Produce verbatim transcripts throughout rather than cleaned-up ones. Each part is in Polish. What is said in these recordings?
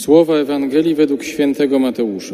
Słowa Ewangelii według świętego Mateusza.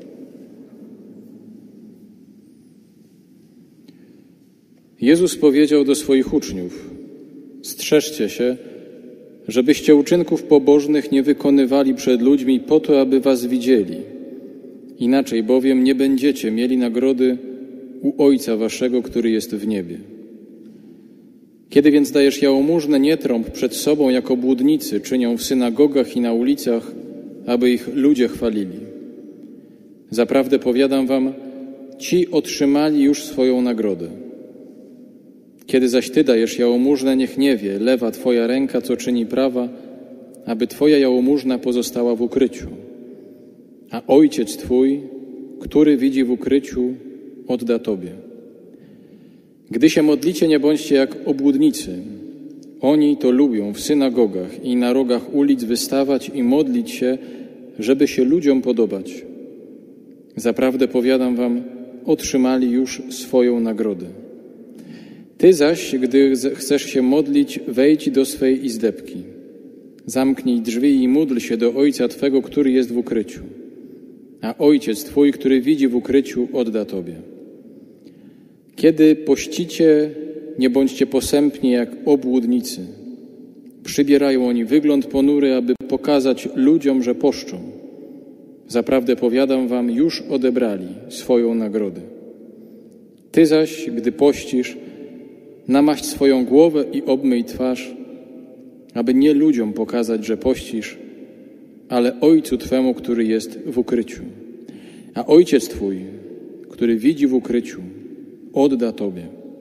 Jezus powiedział do swoich uczniów: strzeżcie się, żebyście uczynków pobożnych nie wykonywali przed ludźmi po to, aby was widzieli. Inaczej bowiem nie będziecie mieli nagrody u Ojca waszego, który jest w niebie. Kiedy więc dajesz jałmużnę, nie trąb przed sobą, jak obłudnicy czynią w synagogach i na ulicach, aby ich ludzie chwalili. Zaprawdę powiadam wam, ci otrzymali już swoją nagrodę. Kiedy zaś ty dajesz jałmużnę, niech nie wie lewa twoja ręka, co czyni prawa, aby twoja jałmużna pozostała w ukryciu. A Ojciec twój, który widzi w ukryciu, odda tobie. Gdy się modlicie, nie bądźcie jak obłudnicy. Oni to lubią w synagogach i na rogach ulic wystawać i modlić się, żeby się ludziom podobać. Zaprawdę powiadam wam, otrzymali już swoją nagrodę. Ty zaś, gdy chcesz się modlić, wejdź do swej izdebki. Zamknij drzwi i módl się do Ojca twego, który jest w ukryciu. A Ojciec twój, który widzi w ukryciu, odda tobie. Kiedy pościcie, nie bądźcie posępni jak obłudnicy. Przybierają oni wygląd ponury, aby pokazać ludziom, że poszczą. Zaprawdę powiadam wam, już odebrali swoją nagrodę. Ty zaś, gdy pościsz, namaść swoją głowę i obmyj twarz, aby nie ludziom pokazać, że pościsz, ale Ojcu twemu, który jest w ukryciu. A Ojciec twój, który widzi w ukryciu, odda tobie.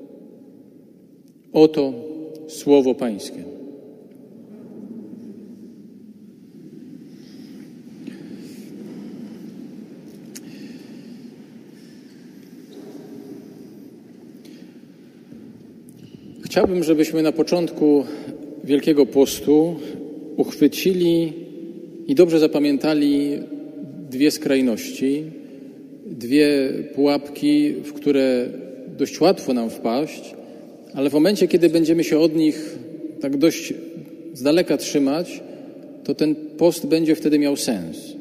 Oto słowo Pańskie. Chciałbym, żebyśmy na początku Wielkiego Postu uchwycili i dobrze zapamiętali dwie skrajności, dwie pułapki, w które dość łatwo nam wpaść, ale w momencie, kiedy będziemy się od nich tak dość z daleka trzymać, to ten post będzie wtedy miał sens.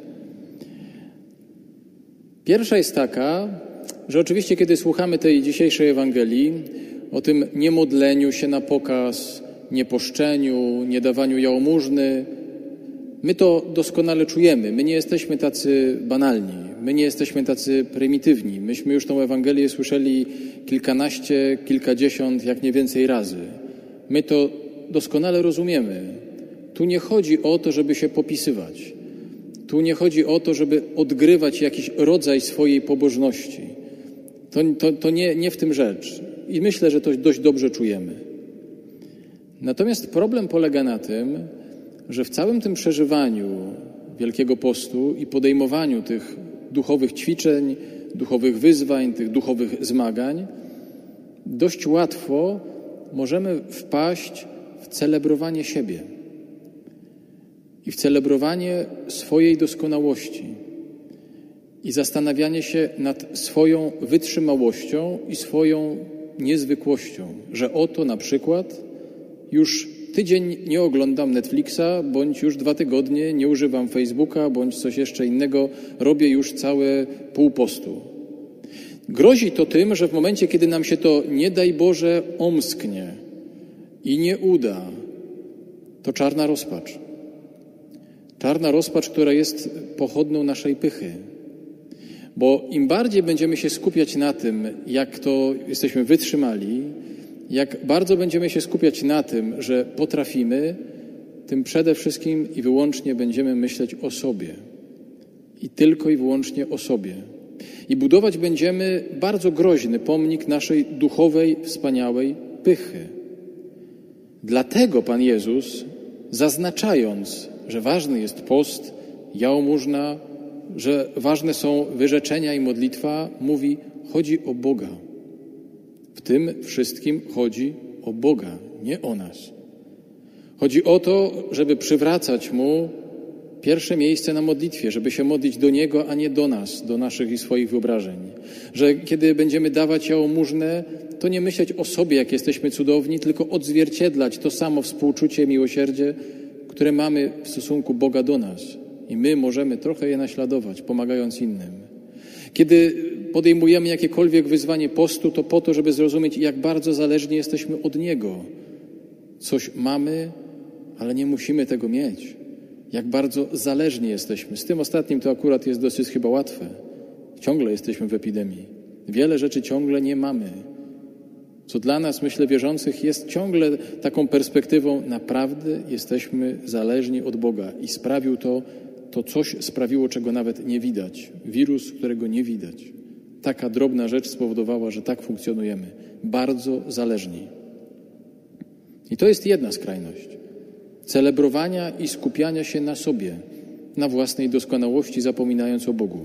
Pierwsza jest taka, że oczywiście, kiedy słuchamy tej dzisiejszej Ewangelii, o tym niemodleniu się na pokaz, nieposzczeniu, niedawaniu jałmużny, my to doskonale czujemy. My nie jesteśmy tacy banalni, my nie jesteśmy tacy prymitywni. Myśmy już tą Ewangelię słyszeli kilkanaście, kilkadziesiąt, jak nie więcej razy. My to doskonale rozumiemy. Tu nie chodzi o to, żeby się popisywać. Tu nie chodzi o to, żeby odgrywać jakiś rodzaj swojej pobożności. To, to, to nie, nie w tym rzecz. I myślę, że to dość dobrze czujemy. Natomiast problem polega na tym, że w całym tym przeżywaniu Wielkiego Postu i podejmowaniu tych duchowych ćwiczeń, duchowych wyzwań, tych duchowych zmagań, dość łatwo możemy wpaść w celebrowanie siebie i w celebrowanie swojej doskonałości i zastanawianie się nad swoją wytrzymałością i swoją niezwykłością, że oto na przykład już tydzień nie oglądam Netflixa, bądź już dwa tygodnie nie używam Facebooka, bądź coś jeszcze innego, robię już całe pół postu. Grozi to tym, że w momencie, kiedy nam się to, nie daj Boże, omsknie i nie uda, to czarna rozpacz. Czarna rozpacz, która jest pochodną naszej pychy. Bo im bardziej będziemy się skupiać na tym, jak to jesteśmy wytrzymali, jak bardzo będziemy się skupiać na tym, że potrafimy, tym przede wszystkim i wyłącznie będziemy myśleć o sobie. I tylko i wyłącznie o sobie. I budować będziemy bardzo groźny pomnik naszej duchowej, wspaniałej pychy. Dlatego Pan Jezus, zaznaczając, że ważny jest post, jałmużna, że ważne są wyrzeczenia i modlitwa, mówi, chodzi o Boga. W tym wszystkim chodzi o Boga, nie o nas. Chodzi o to, żeby przywracać Mu pierwsze miejsce na modlitwie, żeby się modlić do Niego, a nie do nas, do naszych i swoich wyobrażeń. Że kiedy będziemy dawać jałmużnę, to nie myśleć o sobie, jak jesteśmy cudowni, tylko odzwierciedlać to samo współczucie, miłosierdzie, które mamy w stosunku Boga do nas. i my możemy trochę je naśladować, pomagając innym. Kiedy podejmujemy jakiekolwiek wyzwanie postu, to po to, żeby zrozumieć, jak bardzo zależni jesteśmy od Niego. Coś mamy, ale nie musimy tego mieć. Jak bardzo zależni jesteśmy. Z tym ostatnim to akurat jest dosyć chyba łatwe. Ciągle jesteśmy w epidemii. Wiele rzeczy ciągle nie mamy. Co dla nas, myślę, wierzących jest ciągle taką perspektywą, naprawdę jesteśmy zależni od Boga i sprawił to, to coś sprawiło, czego nawet nie widać. Wirus, którego nie widać. Taka drobna rzecz spowodowała, że tak funkcjonujemy. Bardzo zależni. I to jest jedna skrajność. Celebrowania i skupiania się na sobie, na własnej doskonałości, zapominając o Bogu.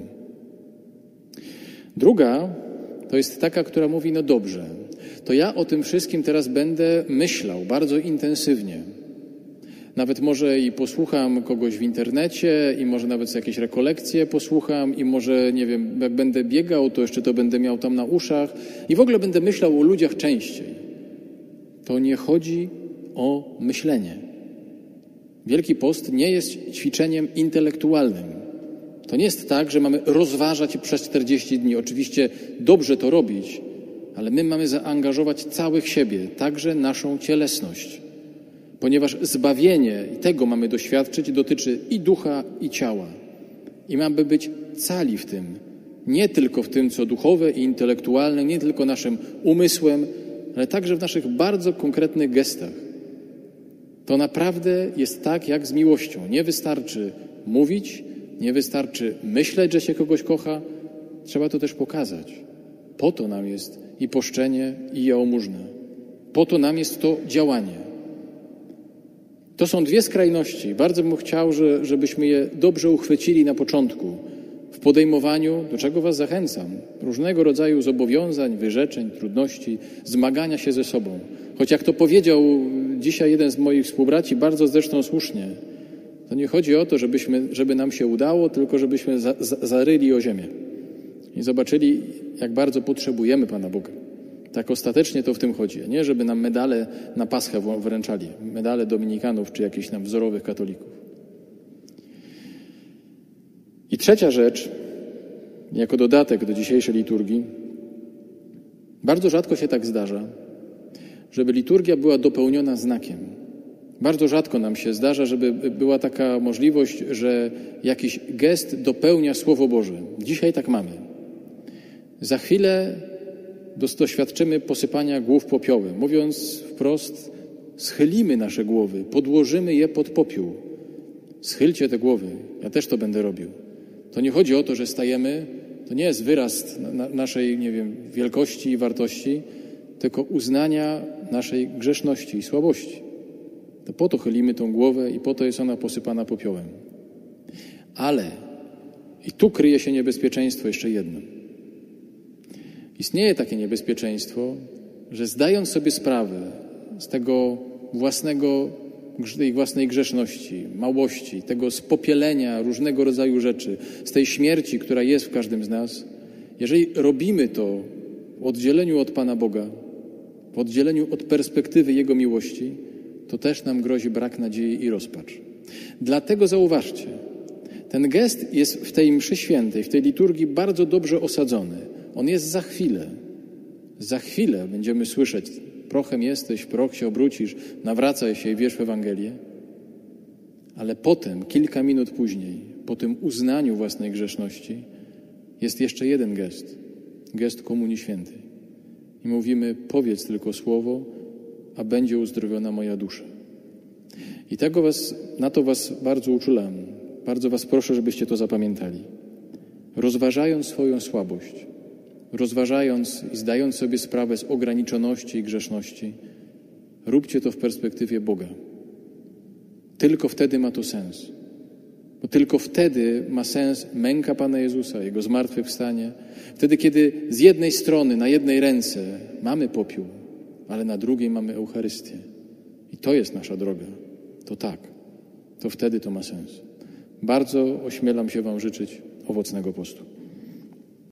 Druga to jest taka, która mówi, no dobrze, to ja o tym wszystkim teraz będę myślał bardzo intensywnie. Nawet może i posłucham kogoś w internecie i może nawet jakieś rekolekcje posłucham i może, nie wiem, jak będę biegał, to jeszcze to będę miał tam na uszach i w ogóle będę myślał o ludziach częściej. To nie chodzi o myślenie. Wielki Post nie jest ćwiczeniem intelektualnym. To nie jest tak, że mamy rozważać przez czterdzieści dni. Oczywiście dobrze to robić, ale my mamy zaangażować całych siebie, także naszą cielesność. Ponieważ zbawienie, i tego mamy doświadczyć, dotyczy i ducha, i ciała. I mamy być cali w tym. Nie tylko w tym, co duchowe i intelektualne, nie tylko naszym umysłem, ale także w naszych bardzo konkretnych gestach. To naprawdę jest tak, jak z miłością. Nie wystarczy mówić, nie wystarczy myśleć, że się kogoś kocha. Trzeba to też pokazać. Po to nam jest i poszczenie, i jałmużna. Po to nam jest to działanie. To są dwie skrajności. Bardzo bym chciał, że, żebyśmy je dobrze uchwycili na początku. W podejmowaniu, do czego was zachęcam, różnego rodzaju zobowiązań, wyrzeczeń, trudności, zmagania się ze sobą. Choć jak to powiedział dzisiaj jeden z moich współbraci, bardzo zresztą słusznie, to nie chodzi o to, żebyśmy, żeby nam się udało, tylko żebyśmy za, za, zaryli o ziemię i zobaczyli, jak bardzo potrzebujemy Pana Boga. Tak ostatecznie to w tym chodzi. Nie, żeby nam medale na Paschę wręczali, medale dominikanów czy jakichś nam wzorowych katolików. I trzecia rzecz, jako dodatek do dzisiejszej liturgii, bardzo rzadko się tak zdarza, żeby liturgia była dopełniona znakiem. Bardzo rzadko nam się zdarza, żeby była taka możliwość, że jakiś gest dopełnia Słowo Boże. Dzisiaj tak mamy. Za chwilę doświadczymy posypania głów popiołem. Mówiąc wprost, schylimy nasze głowy, podłożymy je pod popiół. Schylcie te głowy. Ja też to będę robił. To nie chodzi o to, że stajemy, to nie jest wyraz na naszej, nie wiem, wielkości i wartości, tylko uznania naszej grzeszności i słabości. To po to chylimy tą głowę i po to jest ona posypana popiołem. Ale, i tu kryje się niebezpieczeństwo jeszcze jedno. Istnieje takie niebezpieczeństwo, że zdając sobie sprawę z tego własnego, tej własnej grzeszności, małości, tego spopielenia różnego rodzaju rzeczy, z tej śmierci, która jest w każdym z nas, jeżeli robimy to w oddzieleniu od Pana Boga, w oddzieleniu od perspektywy Jego miłości, to też nam grozi brak nadziei i rozpacz. Dlatego zauważcie, ten gest jest w tej mszy świętej, w tej liturgii bardzo dobrze osadzony. On jest za chwilę. Za chwilę będziemy słyszeć: prochem jesteś, w proch się obrócisz, nawracaj się i wierz w Ewangelię. Ale potem, kilka minut później, po tym uznaniu własnej grzeszności, jest jeszcze jeden gest. Gest Komunii Świętej. I mówimy: powiedz tylko słowo, a będzie uzdrowiona moja dusza. I tego was, na to was bardzo uczulam. Bardzo was proszę, żebyście to zapamiętali. Rozważając swoją słabość, rozważając i zdając sobie sprawę z ograniczoności i grzeszności, róbcie to w perspektywie Boga. Tylko wtedy ma to sens. Bo tylko wtedy ma sens męka Pana Jezusa, Jego zmartwychwstanie. Wtedy, kiedy z jednej strony, na jednej ręce mamy popiół, ale na drugiej mamy Eucharystię. I to jest nasza droga. To tak. To wtedy to ma sens. Bardzo ośmielam się wam życzyć owocnego postu.